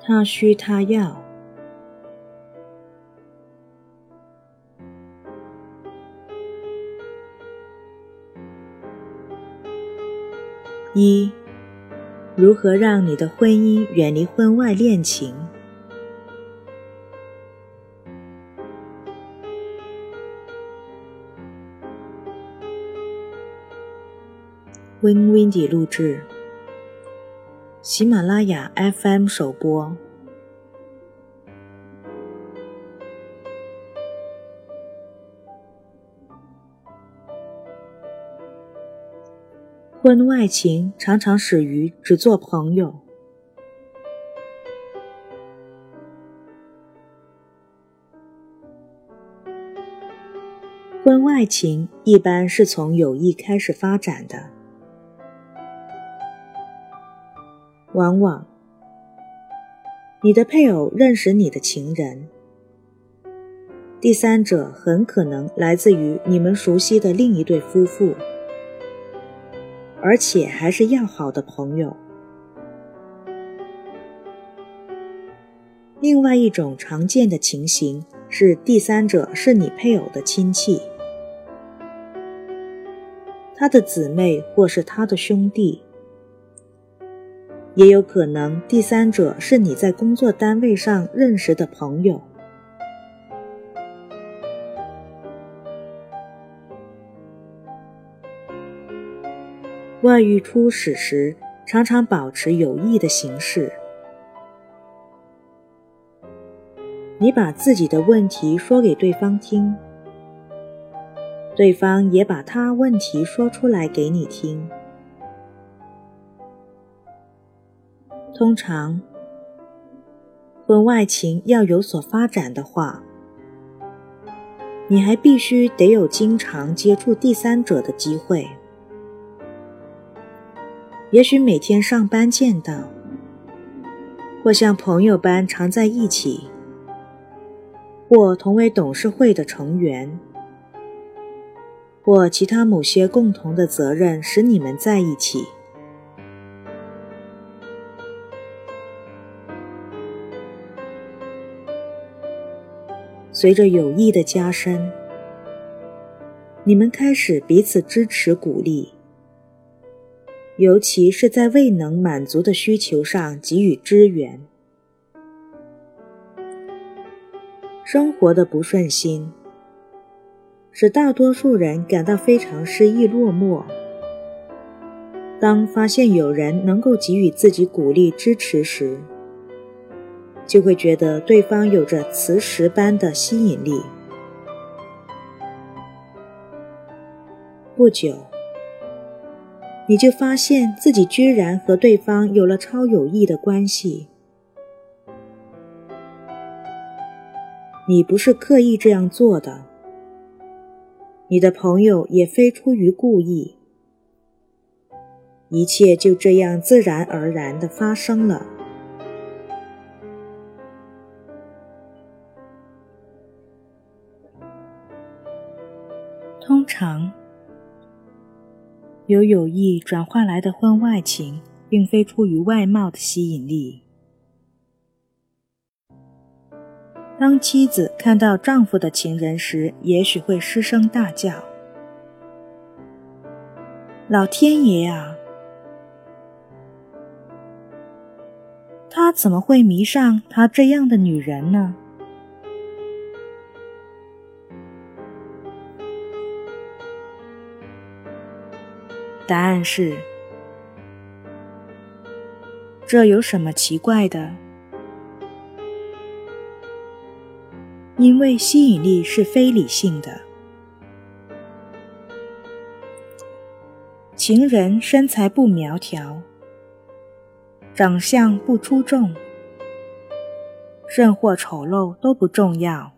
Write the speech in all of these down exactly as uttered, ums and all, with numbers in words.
他需他要。一、如何让你的婚姻远离婚外恋情？Win Windy 录制，喜马拉雅 F M 首播。婚外情常常始于只做朋友。婚外情一般是从友谊开始发展的。往往，你的配偶认识你的情人，第三者很可能来自于你们熟悉的另一对夫妇，而且还是要好的朋友。另外一种常见的情形是，第三者是你配偶的亲戚，他的姊妹或是他的兄弟。也有可能第三者是你在工作单位上认识的朋友。外遇初始时，常常保持友谊的形式。你把自己的问题说给对方听，对方也把他问题说出来给你听。通常，婚外情要有所发展的话，你还必须得有经常接触第三者的机会。也许每天上班见到，或像朋友般常在一起，或同为董事会的成员，或其他某些共同的责任使你们在一起。随着友谊的加深，你们开始彼此支持鼓励，尤其是在未能满足的需求上给予支援。生活的不顺心使大多数人感到非常失意落寞。当发现有人能够给予自己鼓励支持时，就会觉得对方有着磁石般的吸引力。不久，你就发现自己居然和对方有了超有益的关系。你不是刻意这样做的，你的朋友也非出于故意，一切就这样自然而然地发生了。通常，由友谊转化来的婚外情，并非出于外貌的吸引力。当妻子看到丈夫的情人时，也许会失声大叫：“老天爷啊！他怎么会迷上他这样的女人呢？”答案是，这有什么奇怪的？因为吸引力是非理性的。情人身材不苗条，长相不出众，甚或丑陋都不重要，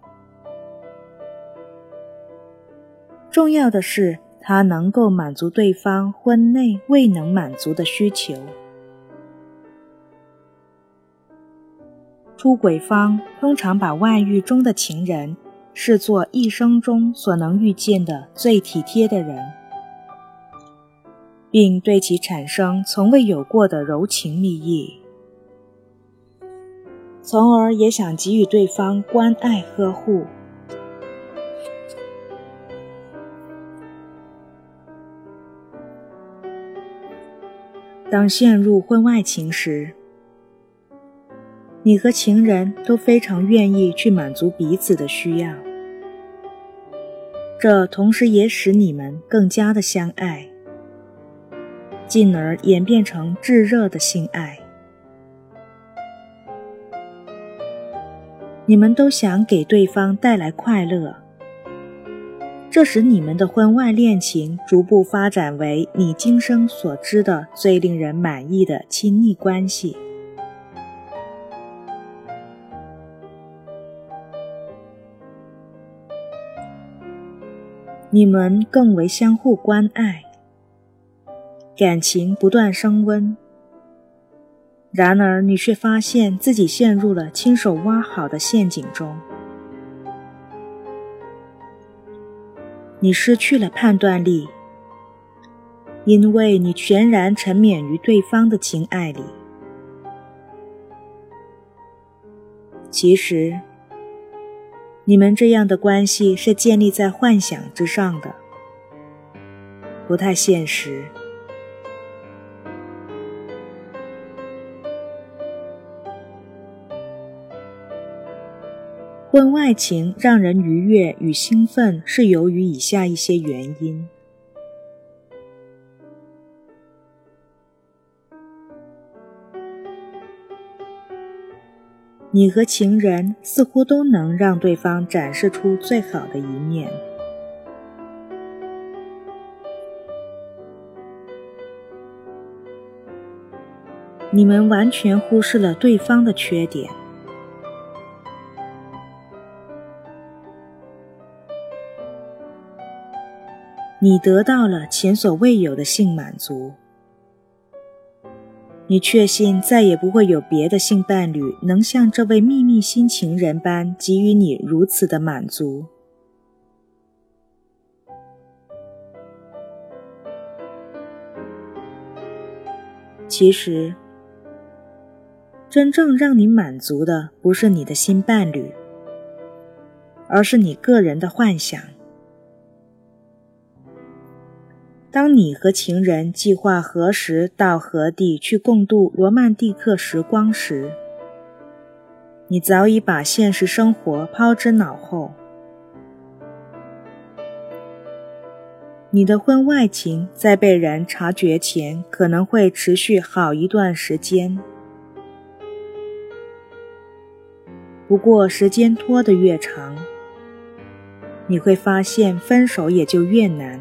重要的是他能够满足对方婚内未能满足的需求。出轨方通常把外遇中的情人视作一生中所能遇见的最体贴的人，并对其产生从未有过的柔情蜜意。 从而也想给予对方关爱呵护。当陷入婚外情时，你和情人都非常愿意去满足彼此的需要，这同时也使你们更加的相爱，进而演变成炙热的性爱。你们都想给对方带来快乐，这使你们的婚外恋情逐步发展为你今生所知的最令人满意的亲密关系。你们更为相互关爱，感情不断升温。然而你却发现自己陷入了亲手挖好的陷阱中，你失去了判断力，因为你全然沉湎于对方的情爱里。其实你们这样的关系是建立在幻想之上的，不太现实。婚外情让人愉悦与兴奋，是由于以下一些原因。你和情人似乎都能让对方展示出最好的一面，你们完全忽视了对方的缺点。你得到了前所未有的性满足，你确信再也不会有别的性伴侣能像这位秘密新情人般给予你如此的满足。其实，真正让你满足的不是你的新伴侣，而是你个人的幻想。当你和情人计划何时到何地去共度罗曼蒂克时光时，你早已把现实生活抛之脑后。你的婚外情在被人察觉前可能会持续好一段时间，不过时间拖得越长，你会发现分手也就越难。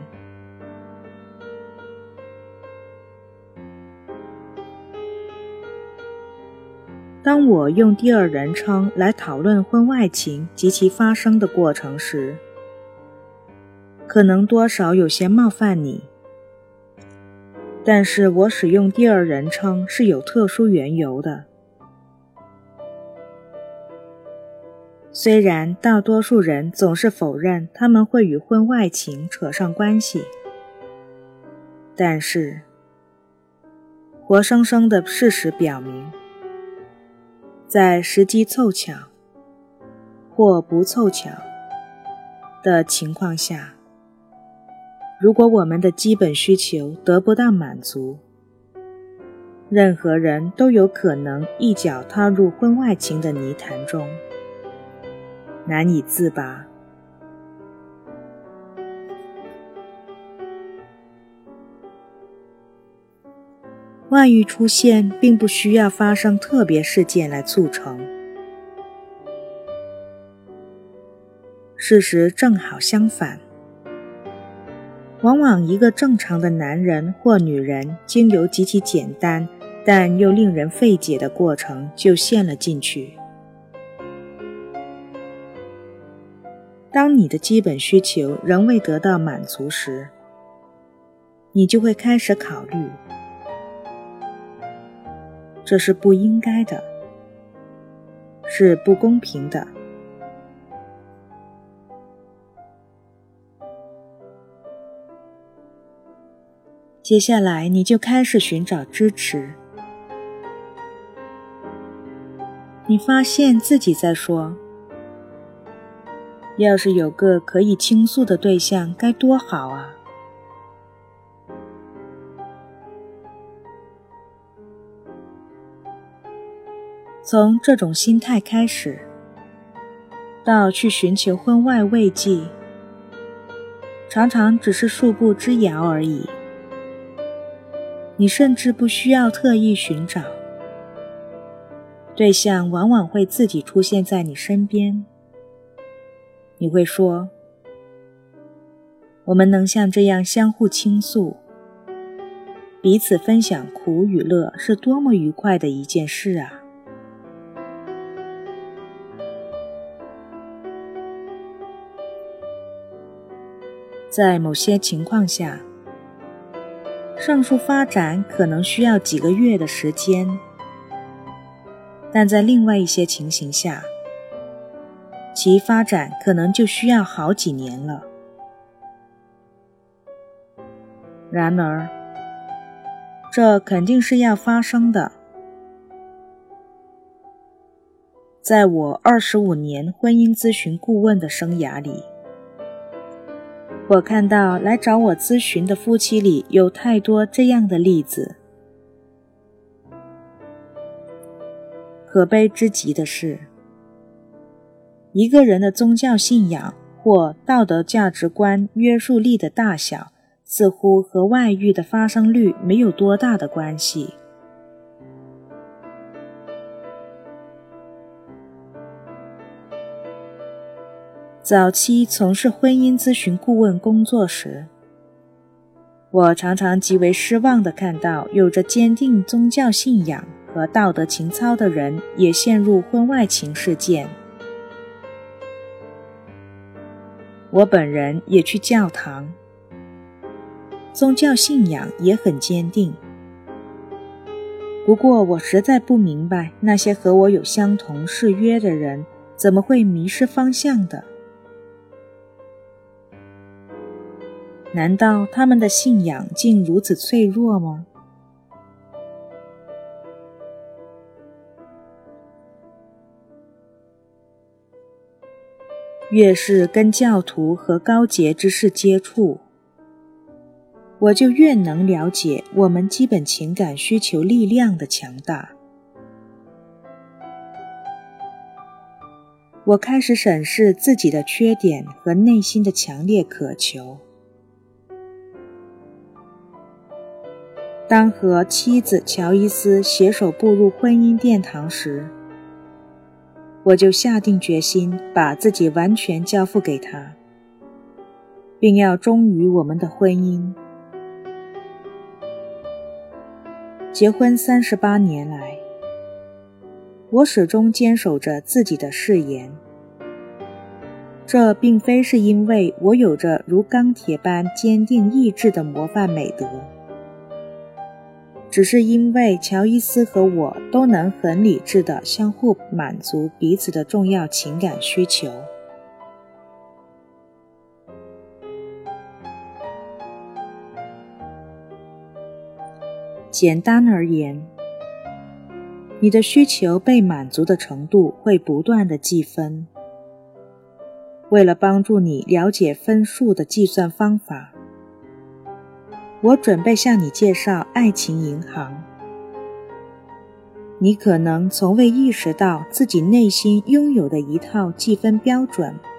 当我用第二人称来讨论婚外情及其发生的过程时，可能多少有些冒犯你，但是我使用第二人称是有特殊缘由的。虽然大多数人总是否认他们会与婚外情扯上关系，但是活生生的事实表明，在时机凑巧或不凑巧的情况下，如果我们的基本需求得不到满足，任何人都有可能一脚踏入婚外情的泥潭中，难以自拔。外遇出现并不需要发生特别事件来促成，事实正好相反。往往一个正常的男人或女人经由极其简单但又令人费解的过程就陷了进去。当你的基本需求仍未得到满足时，你就会开始考虑，这是不应该的，是不公平的。接下来你就开始寻找支持。你你发现自己在说，要是有个可以倾诉的对象该多好啊。从这种心态开始，到去寻求婚外慰藉，常常只是数步之遥而已。你甚至不需要特意寻找，对象往往会自己出现在你身边。你会说，我们能像这样相互倾诉，彼此分享苦与乐，是多么愉快的一件事啊！在某些情况下，上述发展可能需要几个月的时间，但在另外一些情形下，其发展可能就需要好几年了。然而，这肯定是要发生的。在我二十五年婚姻咨询顾问的生涯里，我看到来找我咨询的夫妻里有太多这样的例子。可悲之极的是，一个人的宗教信仰或道德价值观约束力的大小，似乎和外遇的发生率没有多大的关系。早期从事婚姻咨询顾问工作时，我常常极为失望地看到有着坚定宗教信仰和道德情操的人也陷入婚外情事件。我本人也去教堂，宗教信仰也很坚定。不过我实在不明白那些和我有相同誓约的人怎么会迷失方向的。难道他们的信仰竟如此脆弱吗？越是跟教徒和高洁之士接触，我就越能了解我们基本情感需求力量的强大。我开始审视自己的缺点和内心的强烈渴求。当和妻子乔伊斯携手步入婚姻殿堂时，我就下定决心把自己完全交付给他，并要忠于我们的婚姻。结婚三十八年来，我始终坚守着自己的誓言。这并非是因为我有着如钢铁般坚定意志的模范美德，只是因为乔伊斯和我都能很理智地相互满足彼此的重要情感需求。简单而言，你的需求被满足的程度会不断地计分。为了帮助你了解分数的计算方法，我准备向你介绍爱情银行。你可能从未意识到自己内心拥有的一套计分标准